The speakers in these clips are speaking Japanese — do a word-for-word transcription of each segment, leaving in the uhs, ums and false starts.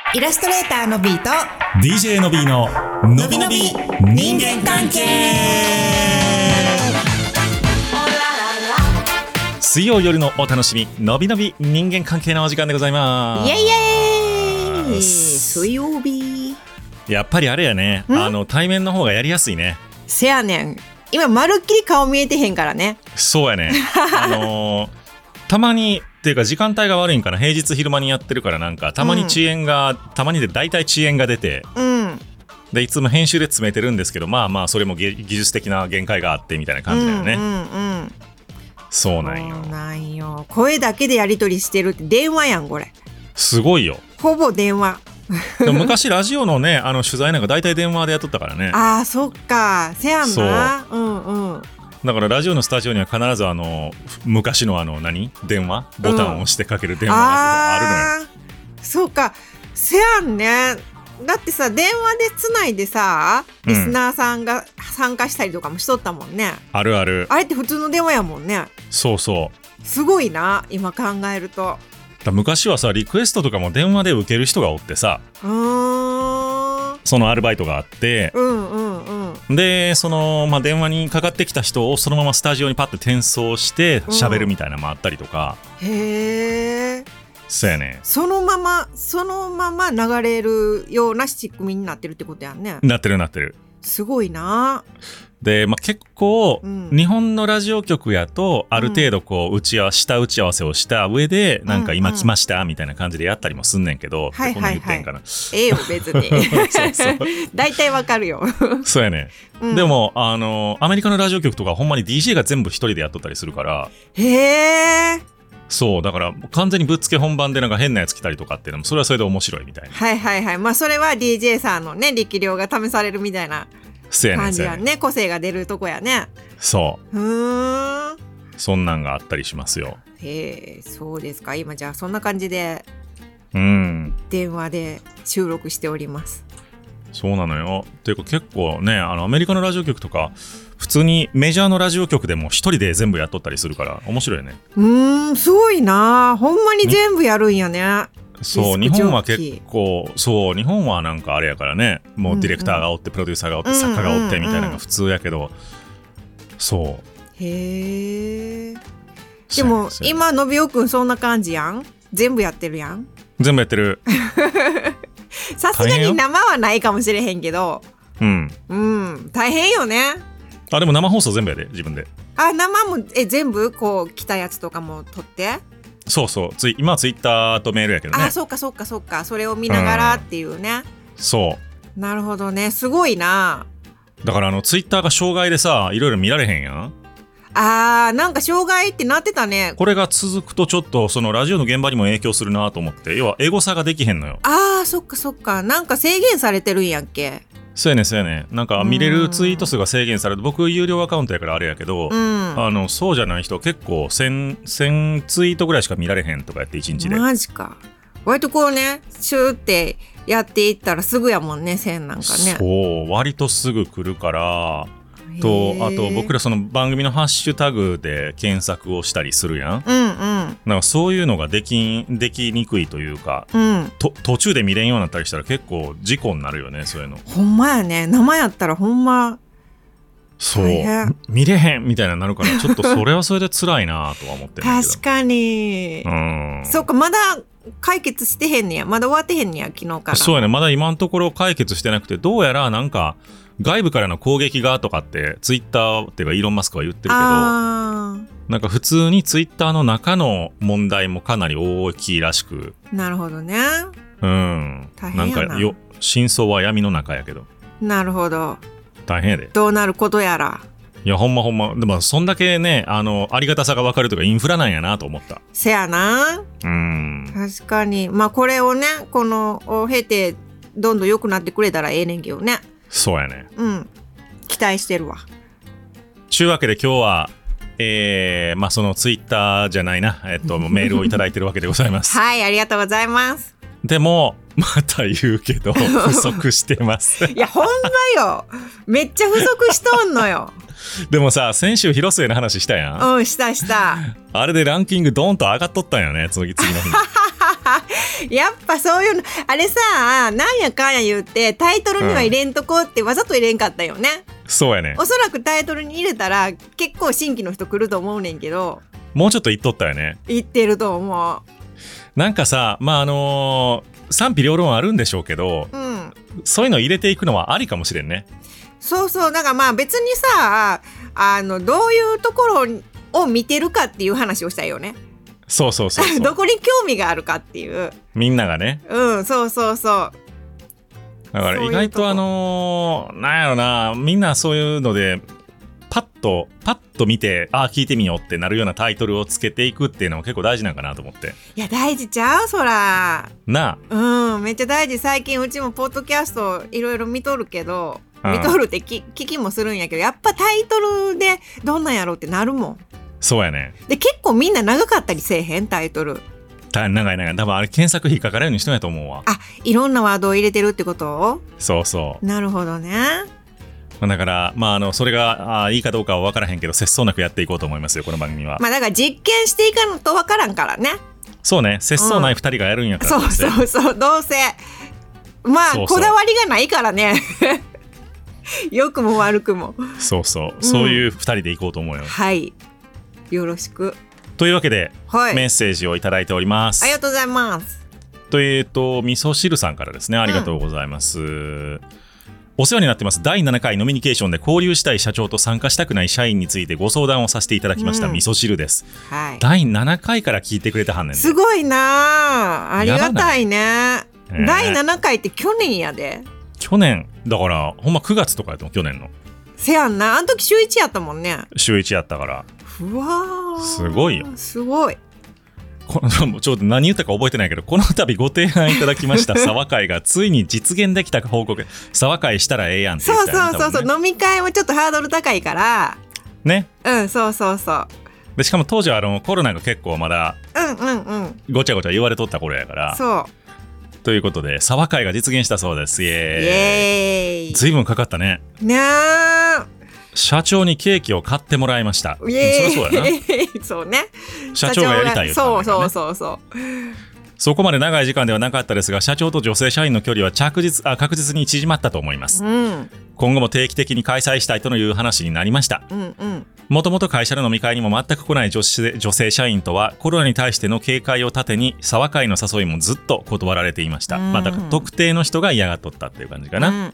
イラストレーターのビーとディージェー のビーののびのび人間関係。水曜夜のお楽しみ、のびのび人間関係のお時間でございます。 イエイイエイ、水曜日。 やっぱりあれやね、あの対面の方がやりやすいね。 せやねん、今まるっきり顔見えてへんからね。 そうやねあのー、たまにっていうか時間帯が悪いんかな、平日昼間にやってるからなんかたまに遅延が、うん、たまにで大体遅延が出て、うん、でいつも編集で詰めてるんですけど、まあまあそれも技術的な限界があってみたいな感じだよね、うんうんうん、そうなんよ。 そうなんよ。声だけでやり取りしてるって電話やんこれ。すごいよ。 ほぼ電話でも昔ラジオのねあの取材なんか大体電話でやっとったからね。 あーそっか、せやんな。う、うんうん、 だからラジオのスタジオには必ずあの昔のあの何電話ボタンを押してかける電話があるのよ、うん、あそうか、せやんね。だってさ電話でつないでさリスナーさんが参加したりとかもしとったもんね、 うん、あるある。 あれって普通の電話やもんね。 そうそう、 すごいな今考えると。 だ昔はさリクエストとかも電話で受ける人がおってさ、うーん、そのアルバイトがあって、うんうんうん、でその、まあ、電話にかかってきた人をそのままスタジオにパッて転送して喋るみたいなのもあったりとか、うん、へー、そうやね。 そのままそのまま流れるような仕組みになってるってことやんね。 なってるなってる。 すごいな。 で、まあ、結構、うん、日本のラジオ局やとある程度こう打ち合わせ下打ち合わせをした上で、うん、なんか今来ましたみたいな感じでやったりもすんねんけど、 はいはいはい、 こんな言ってんかな。 ええよ別にそうそう大体わかるよそうやね、うん、でもあのアメリカのラジオ局とかほんまに ディージェー が全部一人でやっとったりするから。 へー、 そうだから完全にぶっつけ本番でなんか変なやつ来たりとかっていうのもそれはそれで面白いみたいな。 はいはいはい、まあそれは ディージェー さんのね力量が試されるみたいな感じやね。個性が出るとこやね。 そう、 うーん、 そんなんがあったりしますよ。 へえ、そうですか。今じゃあそんな感じでうん電話で収録しております。 そうなのよ。っていうか結構ねあのアメリカのラジオ局とか普通にメジャーのラジオ局でも一人で全部やっとったりするから面白いね。 うーん、すごいな。ほんまに全部やるんやね。 そう日本は結構そう日本はなんかあれやからね、もうディレクターがおって、うんうん、プロデューサーがおって、作家がおってみたいなのが普通やけど、そうへえ。でも今のびおくんそんな感じやん。全部やってるやん。 全部やってるさすがに生はないかもしれへんけど、 うんうん大変よね。 あでも生放送全部やで自分で。 あ生もえ全部こう来たやつとかも撮って。 そうそうつい今はツイッターとメールやけどね。 あそうかそうかそうか、それを見ながらっていうね、 うん、そうなるほどね、すごいな。 だからあのツイッターが障害でさいろいろ見られへんやん。 あーなんか障害ってなってたね。 これが続くとちょっとそのラジオの現場にも影響するなと思って、要はエゴサができへんのよ。 あーそっかそっか、なんか制限されてるんやっけ。 そうやねそうやね、なんか見れるツイート数が制限されて、僕有料アカウントやからあれやけど、うん、あのそうじゃない人結構せんツイートぐらいしか見られへんとかやっていちにちで。 マジか。割とこうねシューってやっていったらすぐやもんね、せんなんかね。 そう割とすぐ来るからと、あと僕らその番組のハッシュタグで検索をしたりするやん、うんうん、なんかそういうのができ、できにくいというか、うん、と途中で見れんようになったりしたら結構事故になるよねそういうの。 ほんまやね、生やったらほんまそう見れへんみたいななるからちょっとそれはそれで辛いなとは思ってるんだけど確かに、うん、そうかまだ解決してへんねや、まだ終わってへんねや昨日から。 そうやね、まだ今のところ解決してなくて、どうやらなんか外部からの攻撃がとかってツイッターっていうかイーロン・マスクは言ってるけど、なんか普通にツイッターの中の問題もかなり大きいらしく。 なるほどね。 うん大変やな。なんかよ真相は闇の中やけど。 なるほど大変やで。 どうなることやら。 いやほんまほんま、でもそんだけねあのありがたさが分かるとかインフラなんやなと思った。 せやな。うん確かにまあこれをねこのを経てどんどん良くなってくれたらええねんけどね。 そうやね、 うん期待してるわ。 ちゅうわけで今日はえー、まあそのツイッターじゃないな、えっとメールをいただいてるわけでございますはいありがとうございます。 でもまた言うけど不足してますいやほんまよめっちゃ不足しとんのよでもさ先週広末の話したやん。 うんしたした。 あれでランキングドーンと上がっとったんよね次、次の日にやっぱそういうのあれさ、なんやかんや言ってタイトルには入れんとこってわざと入れんかったよね、 うん、そうやね。 おそらくタイトルに入れたら結構新規の人来ると思うねんけど、 もうちょっと言っとったよね。 言ってると思う。 なんかさ、まああのー、賛否両論あるんでしょうけど、 うん、 そういうの入れていくのはありかもしれんね。 そうそう、だからまあ別にさ、あのどういうところを見てるかっていう話をしたいよね。 そうそうそうそうどこに興味があるかっていう、 みんながね。 うん、そうそうそう。 だから意外とあのー、なんやろな、みんなそういうのでパッとパッと見て、ああ聞いてみようってなるようなタイトルをつけていくっていうのも結構大事なんかなと思って。 いや大事ちゃうそらなあ、うん、めっちゃ大事。最近うちもポッドキャストいろいろ見とるけど、 うん、 見とるって聞きもするんやけど、やっぱタイトルでどんなんやろうってなるもん。 そうやね。 で結構みんな長かったりせえへんタイトル。 長い長い、多分あれ検索引っかかるようにしとんやと思うわ。 あ、いろんなワードを入れてるってこと？ そうそう。 なるほどね。 だからまああのそれがあいいかどうかは分からへんけど、節操なくやっていこうと思いますよ、この番組は。 まあだから実験していかんと分からんからね。 そうね、節操ないふたりがやるんやから、 うん、そうそうそう、どうせまあそうそうこだわりがないからね良くも悪くも。 そうそう、うん、そういうふたりでいこうと思うよ。 はい、よろしく。というわけで、 はい、 メッセージをいただいております。 ありがとうございます。 とえーと味噌汁さんからですね、ありがとうございます、うん、お世話になってます。だいななかいノミニケーションで交流したい社長と参加したくない社員についてご相談をさせていただきました、うん、味噌汁です、はい、だいななかいから聞いてくれたはんねんで。 すごいな、ありがたいね、えー、だいななかいって去年やで。 去年だからほんまくがつとかやと思う、去年の。 せやんな、あの時週いちやったもんね。 週いちやったから。 うわー、 すごいよ。 すごい。 このちょっと何言ったか覚えてないけど、この度ご提案いただきました沢会がついに実現できた報告。沢会したらええやんって言ったよね。 そうそうそうそう、ね、飲み会もちょっとハードル高いからね。 うん、そうそうそう。 でしかも当時はあのコロナが結構まだうんうんうんごちゃごちゃ言われとった頃やから。 そうということで沢会が実現したそうです。イエーイ、 イエーイ。 ずいぶんかかったね。 ねー、 社長にケーキを買ってもらいました。 イエーイ、 そりゃそうやなそうね、 社長がやりたいよ、ね、 そうそうそうそう。 そこまで長い時間ではなかったですが、社長と女性社員の距離は着実あ確実に縮まったと思います、うん、今後も定期的に開催したいという話になりました。もともと会社の飲み会にも全く来ない女子女性社員とはコロナに対しての警戒を盾に沢会の誘いもずっと断られていました、うん、また特定の人が嫌がっとったっていう感じかな、うんうんうん、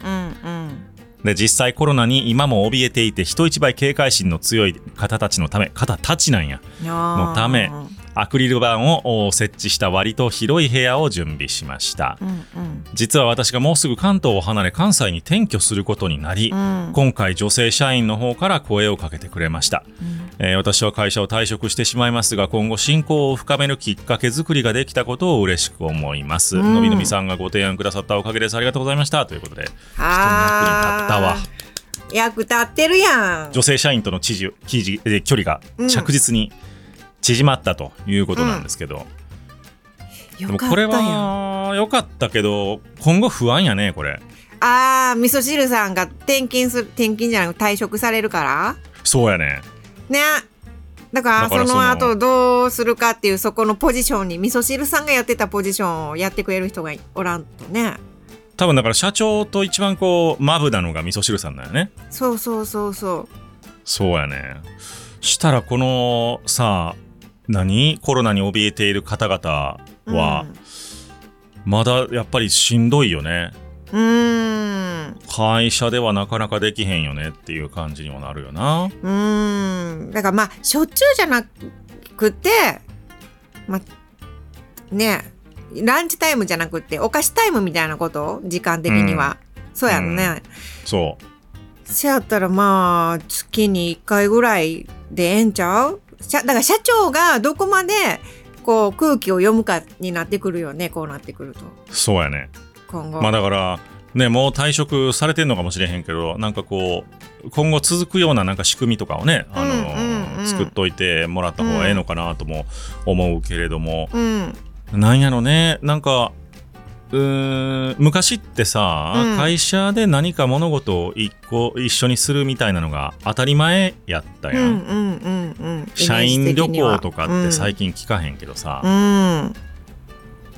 で実際コロナに今も怯えていて人一倍警戒心の強い方たちのため方たちなんやのためアクリル板を設置した割と広い部屋を準備しました、うんうん、実は私がもうすぐ関東を離れ関西に転居することになり、うん、今回女性社員の方から声をかけてくれました、うんえー、私は会社を退職してしまいますが今後親交を深めるきっかけ作りができたことを嬉しく思います、うん、のびのびさんがご提案くださったおかげです。ありがとうございましたということで、人の役に立ったわ。 役立ってるやん。 女性社員との知事距離が着実に縮まったということなんですけど、うん、でもこれは良かったけど今後不安やねこれ。 あー、味噌汁さんが転勤する転勤じゃなく退職されるから。 そうやね。 ね、だからその後どうするかっていうそこのポジションに味噌汁さんがやってたポジションをやってくれる人がおらんとね。 多分だから社長と一番こうマブなのが味噌汁さんだよね。 そうそうそうそうそうやね。したらこのさ何コロナに怯えている方々は、うん、まだやっぱりしんどいよね。うーん、会社ではなかなかできへんよねっていう感じにもなるよな。うーん、だからまあしょっちゅうじゃなくて、まあね、ランチタイムじゃなくてお菓子タイムみたいなこと時間的には、うん、そうやんね、うん、 そうせやったらまあ月にいっかいぐらいでええんちゃう。だから社長がどこまでこう空気を読むかになってくるよね、こうなってくると。 そうやね。 今後まあだからね、もう退職されてんのかもしれへんけど、なんかこう今後続くようななんか仕組みとかをね、あの、うんうんうん、作っといてもらった方がええのかなとも思うけれども、うん、なんやろね、なんかうーん昔ってさ、うん、会社で何か物事を一個一緒にするみたいなのが当たり前やったやん、うんうんうんうん、社員旅行とかって最近聞かへんけどさ、うん、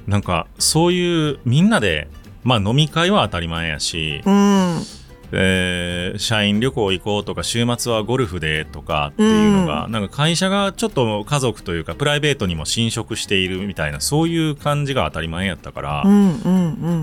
なんかそういうみんなでまあ飲み会は当たり前やし、 うんえー、社員旅行行こうとか週末はゴルフでとかっていうのが、うん、なんか会社がちょっと家族というかプライベートにも侵食しているみたいなそういう感じが当たり前やったから、 うんうんうん、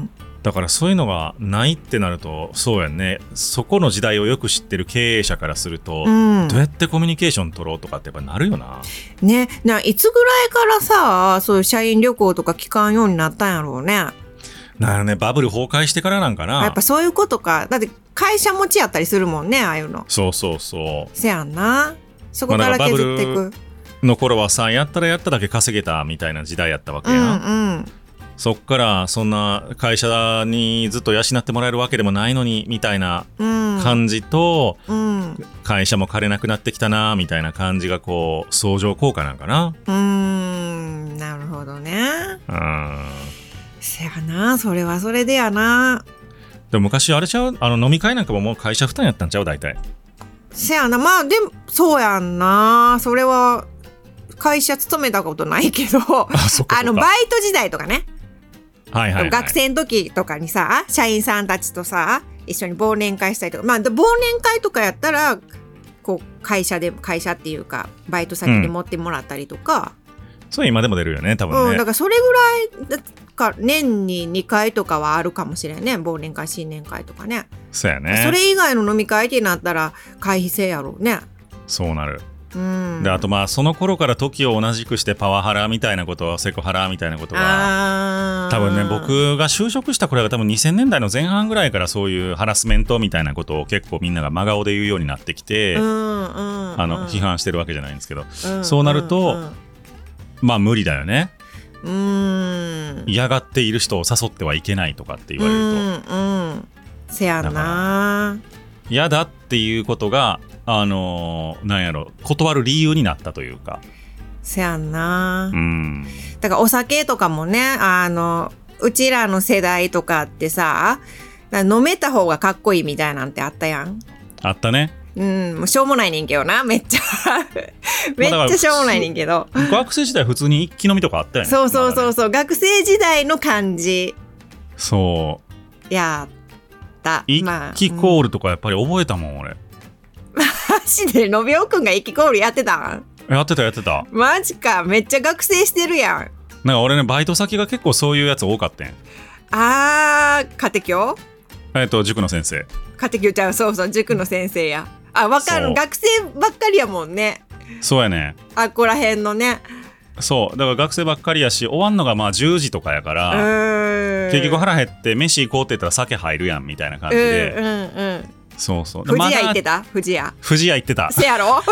だからそういうのがないってなるとそうやね、そこの時代をよく知ってる経営者からすると、うん、どうやってコミュニケーション取ろうとかってやっぱなるよな。 ね、ないつぐらいからさそういう社員旅行とか聞かんようになったんやろうね。 なるね、バブル崩壊してからなんかな。 やっぱそういうことか。だって会社持ちやったりするもんね、ああいうの。 そうそうそう。 せやんな。そこから削っていく。 まあ、バブルの頃はさ、やったらやっただけ稼げたみたいな時代やったわけや、うんうん、そっからそんな会社にずっと養ってもらえるわけでもないのにみたいな感じと、うんうん、会社も枯れなくなってきたなみたいな感じがこう相乗効果なんかな。 うーん、なるほどね。うん、せやな、それはそれでやな。 でも昔あれちゃう、あの飲み会なんかももう会社負担やったんちゃう大体。 せやな、まあでもそうやんな。それは会社勤めたことないけど あ, あのバイト時代とかね、はいはいはい、学生の時とかにさ社員さんたちとさ一緒に忘年会したりとか、まあ忘年会とかやったらこう会社で会社っていうかバイト先で持ってもらったりとか、 うん、そう今でも出るよね多分ね、 うん、だからそれぐらいだか年ににかいとかはあるかもしれんね、忘年会新年会とかね。 そうやね。 それ以外の飲み会ってなったら会費制やろうね。 そうなる。うん、であとまあその頃から時を同じくしてパワハラみたいなことセクハラみたいなことが多分ね、僕が就職した頃が多分にせんねんだいの前半ぐらいからそういうハラスメントみたいなことを結構みんなが真顔で言うようになってきて、うんうんうん、あの批判してるわけじゃないんですけど、うんうん、そうなると、うんうん、まあ無理だよね。うーん、嫌がっている人を誘ってはいけないとかって言われると、うんうん、 せやな、 嫌だっていうことがあのー、なんやろ断る理由になったというか。 せやんな、うん、だからお酒とかもね、あのうちらの世代とかってさ飲めた方がかっこいいみたいなんてあったやん。 あったね。 うん、もうしょうもないねんけどな、めっちゃめっちゃしょうもないねんけど、 まあ、学生時代普通に一気飲みとかあったよね。 そうそうそうそう、学生時代の感じそうやった。 一気コールとかやっぱり覚えたもん、俺。 マジでのびおくんが一気コールやってたん？ やってたやってた。 マジか、めっちゃ学生してるやん。 なんか俺ねバイト先が結構そういうやつ多かったん。 あー、家庭教？ えっと塾の先生。 家庭教ちゃう、そうそう、塾の先生や。あ、わかる、学生ばっかりやもんね。 そうやね。 あっこらへんのね。 そうだから学生ばっかりやし終わんのがまあじゅうじとかやから結局腹減って飯行こうって言ったら酒入るやんみたいな感じで、うんうんうん、そうそう。 富士屋行ってた？富士屋。 富士屋行ってた。 せやろあっ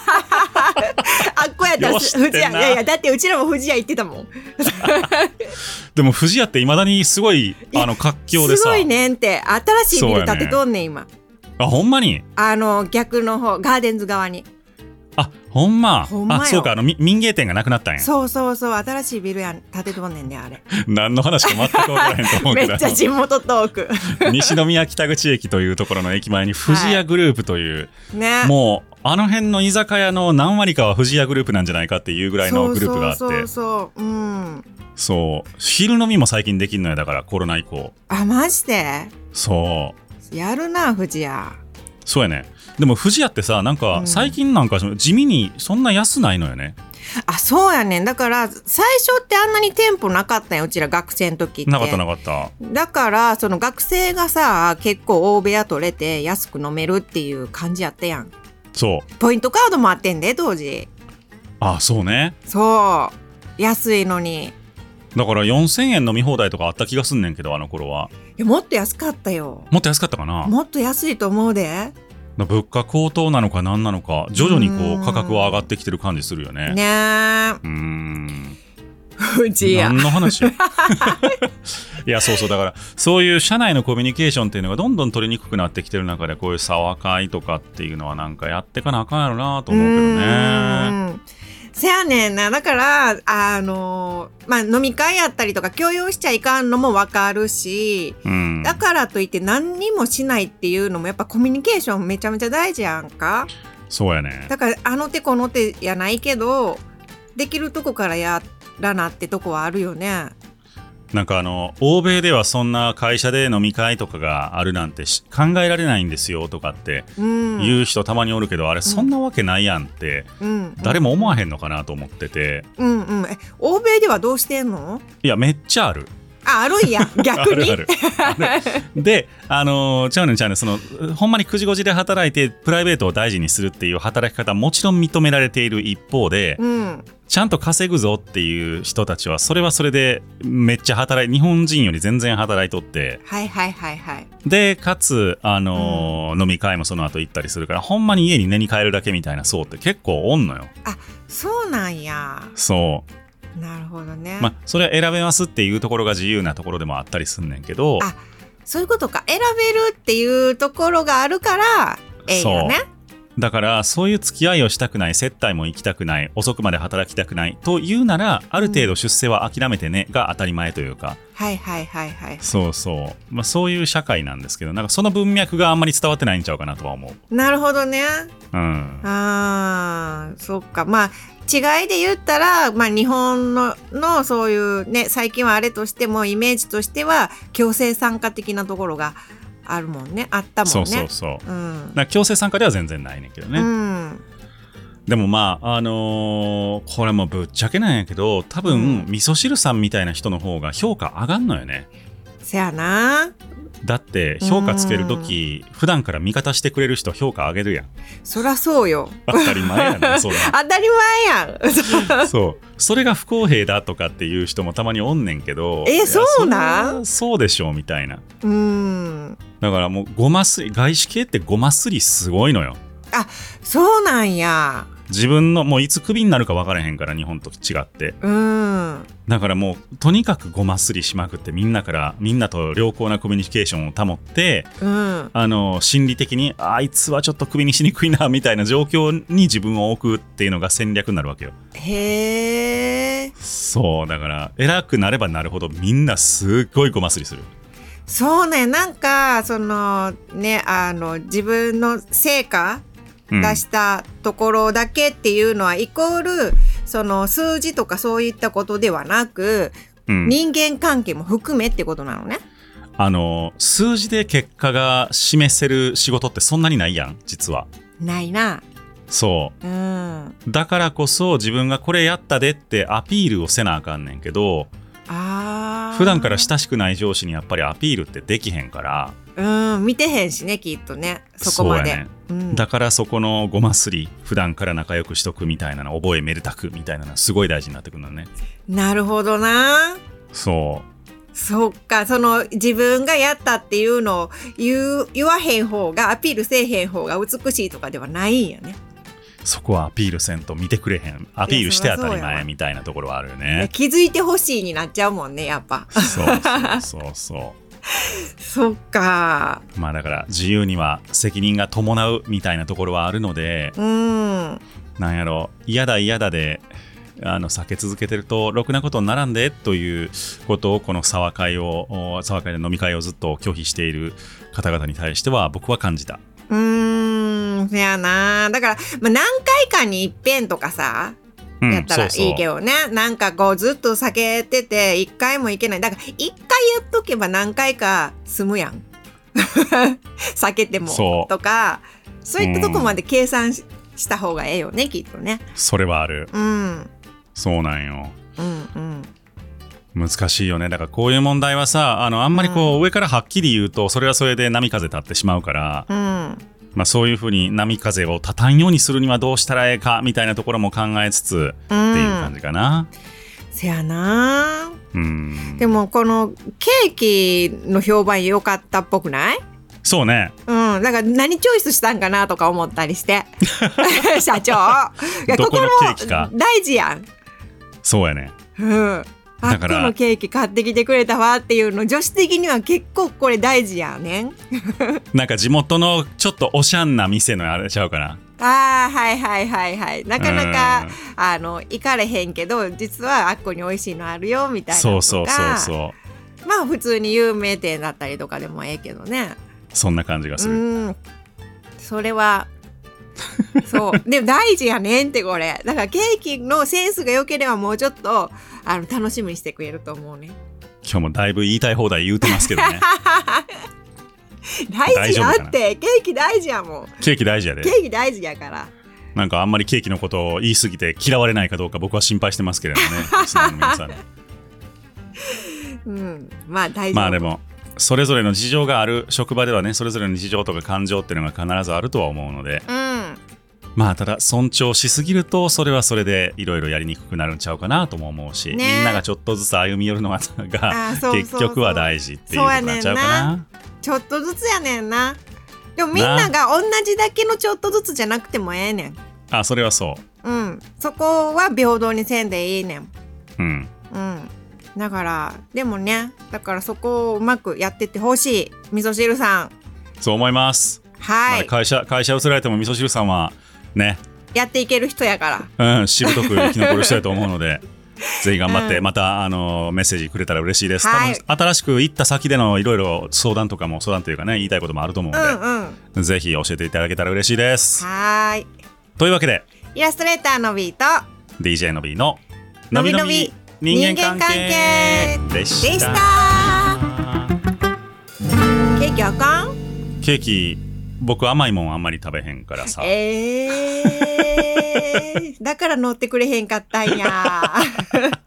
こやったら富士屋。いやいや、だってうちらも富士屋行ってたもんでも富士屋っていまだにすごいあの活況でさ、 すごいねんって。新しいビル建てとんねん今。 あ、ほんまに？ あの逆の方、ガーデンズ側に。 あ、ほんま。 ほんまよ。 あ、そうか、あの民芸店がなくなったんや。 そうそうそう、新しいビルやん建てとんねんで、あれ。 何の話か全く分からへんと思うけどめっちゃ地元トーク西宮北口駅というところの駅前に富士屋グループという、はいね、もうあの辺の居酒屋の何割かは富士屋グループなんじゃないかっていうぐらいのグループがあって、そうそうそう、うん、そう昼飲みも最近できんのよ、だからコロナ以降。 あ、マジで？ そうやるな富士屋。 そうやね。でも富士屋ってさ、なんか最近なんか地味にそんな安ないのよね、 うん、あ、そうやねん。だから最初ってあんなに店舗なかったんよ、うちら学生の時って。 なかったなかった。だからその学生がさ結構大部屋取れて安く飲めるっていう感じやったやん。 そうポイントカードもあってんで当時。 あ、そうね。 そう安いのに。 だからよんせんえん飲み放題とかあった気がすんねんけど、あの頃は。 いやもっと安かったよ。 もっと安かったかな。 もっと安いと思うで。 物価高騰なのか何なのか徐々にこう価格は上がってきてる感じするよね。 ねえ。うーん。富士屋。 何の話いや、そうそう、だからそういう社内のコミュニケーションっていうのがどんどん取りにくくなってきてる中で、こういう騒会とかっていうのはなんかやってかなあかんやろなと思うけどね。うーん、 せやねんな。だからあのー、まあ飲み会やったりとか強要しちゃいかんのもわかるし、うん、だからといって何にもしないっていうのもやっぱコミュニケーションめちゃめちゃ大事やんか。 そうやね。 だからあの手この手やないけどできるとこからやらなってとこはあるよね。 なんかあの欧米ではそんな会社で飲み会とかがあるなんて考えられないんですよとかって言う人たまにおるけど、うん、あれそんなわけないやんって、うん、誰も思わへんのかなと思ってて、 うんうん、え欧米ではどうしてんの？ いやめっちゃある。 あ、あるんや逆に。 あるあるあるで、あのー、ちゃうねんちゃうねん、そのほんまにくじごじで働いてプライベートを大事にするっていう働き方はもちろん認められている一方で、うん、ちゃんと稼ぐぞっていう人たちはそれはそれでめっちゃ働い日本人より全然働いとって、 はいはいはいはい、 でかつ、あのーうん、飲み会もその後行ったりするからほんまに家に寝に帰るだけみたいな層って結構おんのよ。 あ、そうなんや。 そうなるほどね。 まあそれは選べますっていうところが自由なところでもあったりすんねんけど、 あ、そういうことか。選べるっていうところがあるからええよね。 だからそういう付き合いをしたくない、接待も行きたくない、遅くまで働きたくないというならある程度出世は諦めてねが当たり前というか、 うん、はいはいはいはい、 そうそう、まあ、そういう社会なんですけど、なんかその文脈があんまり伝わってないんちゃうかなとは思う。 なるほどね、 うん、 あーそっか。まあ違いで言ったら、まあ、日本 の, のそういうね、最近はあれとしてもイメージとしては強制参加的なところがあるもんね、あったもんね。 そうそうそう、うん、 だ強制参加では全然ないねんけどね、 うん、 でもまああのー、これもぶっちゃけなんやけど多分、うん、味噌汁さんみたいな人の方が評価上がんのよね。 せやな。 だって評価つけるとき、うん、普段から味方してくれる人評価上げるやん。 そりゃそうよ。 当たり前やね。そうだ当たり前やん。 そう、それが不公平だとかっていう人もたまにおんねんけど、 え、そうなん？ そうでしょみたいな。 うん。 だからもうごますり、外資系ってごますりすごいのよ。 あ、そうなんや。 自分のもういつクビになるか分からへんから、日本と違って、 うん、 だからもうとにかくごますりしまくって、みんなからみんなと良好なコミュニケーションを保って、うん、あの心理的にあいつはちょっとクビにしにくいなみたいな状況に自分を置くっていうのが戦略になるわけよ。 へー。 そうだから偉くなればなるほどみんなすっごいごますりする。 そうね、なんかそのね、あの自分の成果出したところだけっていうのはイコールその数字とかそういったことではなく、うん、人間関係も含めってことなのね。 あの数字で結果が示せる仕事ってそんなにないやん、実は。 ないな。 そう、うん、だからこそ自分がこれやったでってアピールをせなあかんねんけど、あ普段から親しくない上司にやっぱりアピールってできへんから、 うん、見てへんしね、きっとね、そこまで。そうやね、 うん、だからそこのごますり、普段から仲良くしとくみたいなの、覚えめでたくみたいなのすごい大事になってくるのね。 なるほどな。 そうそっか、その自分がやったっていうのを 言, う言わへん方が、アピールせえへん方が美しいとかではないんやね。 そこはアピールせんと見てくれへん、アピールして当たり前みたいなところはあるよね。 気づいてほしいになっちゃうもんね、やっぱ。 そうそうそうそうそっか。 まあだから自由には責任が伴うみたいなところはあるので、うん、なんやろ、嫌だ嫌だであの避け続けてるとろくなことにならんでということを、この沢会を沢会で飲み会をずっと拒否している方々に対しては僕は感じた。 うーん、そやな。だから、まあ、何回かに一遍とかさ、うん、やったらいいけどね。そうそう、なんかこうずっと避けてて一回もいけない。だから一回やっとけば何回か済むやん。避けてもとか、そういったとこまで計算 し,、うん、した方がええよね、きっとね。 それはある。 うん。 そうなんよ。 うんうん。 難しいよね。だからこういう問題はさ、あのあんまりこう、うん、上からはっきり言うとそれはそれで波風立ってしまうから、うん、まあ、そういうふうに波風を立たんようにするにはどうしたらええかみたいなところも考えつつ、うん、っていう感じかな。 せやな。うん。でもこのケーキの評判良かったっぽくない？ そうね。 うん。だから何チョイスしたんかなとか思ったりして。社長。いや、 どこのケーキか大事やん。 そうやね。 うん。あっこのケーキ買ってきてくれたわっていうの、女子的には結構これ大事やねん。 なんか地元のちょっとおしゃんな店のあれちゃうかな。 あー、はいはいはいはい。なかなかあの行かれへんけど、実はあっこに美味しいのあるよみたいなのとか。そうそうそうそう。まあ普通に有名店だったりとかでもええけどね。 そんな感じがする。うん、 それはそうでも大事やねんって、これだからケーキのセンスが良ければもうちょっとあの楽しみにしてくれると思うね。 今日もだいぶ言いたい放題言うてますけどね。 大事やって、ケーキ大事やもん。 ケーキ大事やで。 ケーキ大事やから。 なんかあんまりケーキのことを言い過ぎて嫌われないかどうか僕は心配してますけれどね。リスナーの皆さんね。 うん、まあ大丈夫。 まあでもそれぞれの事情がある職場ではね、それぞれの事情とか感情っていうのが必ずあるとは思うので、 うん、 まあただ尊重しすぎるとそれはそれでいろいろやりにくくなるんちゃうかなとも思うし、ね、みんながちょっとずつ歩み寄るのが結局は大事っていうことになっちゃうかな。 ちょっとずつやねんな。でもみんなが同じだけのちょっとずつじゃなくてもええねん。 あ、それはそう。 うん、そこは平等にせんでいいねん。 うん。 うん。だからでもね、だからそこをうまくやってってほしい、味噌汁さん。 そう思います。 はい。 まあ、会社会社移られても味噌汁さんはね、 やっていける人やから。 うん、しぶとく生き残る人やと思うので。ぜひ頑張って、うん、またあのメッセージくれたら嬉しいです、はい、新しく行った先でのいろいろ相談とかも相談というかね、言いたいこともあると思うので、うんうん、ぜひ教えていただけたら嬉しいです。 はい。 というわけでイラストレーターのビーとディージェー のビーののびのび人間関係でした。 でした。ケーキあかん？ ケーキ僕甘いもんあんまり食べへんからさ。 えー、だから乗ってくれへんかったんや。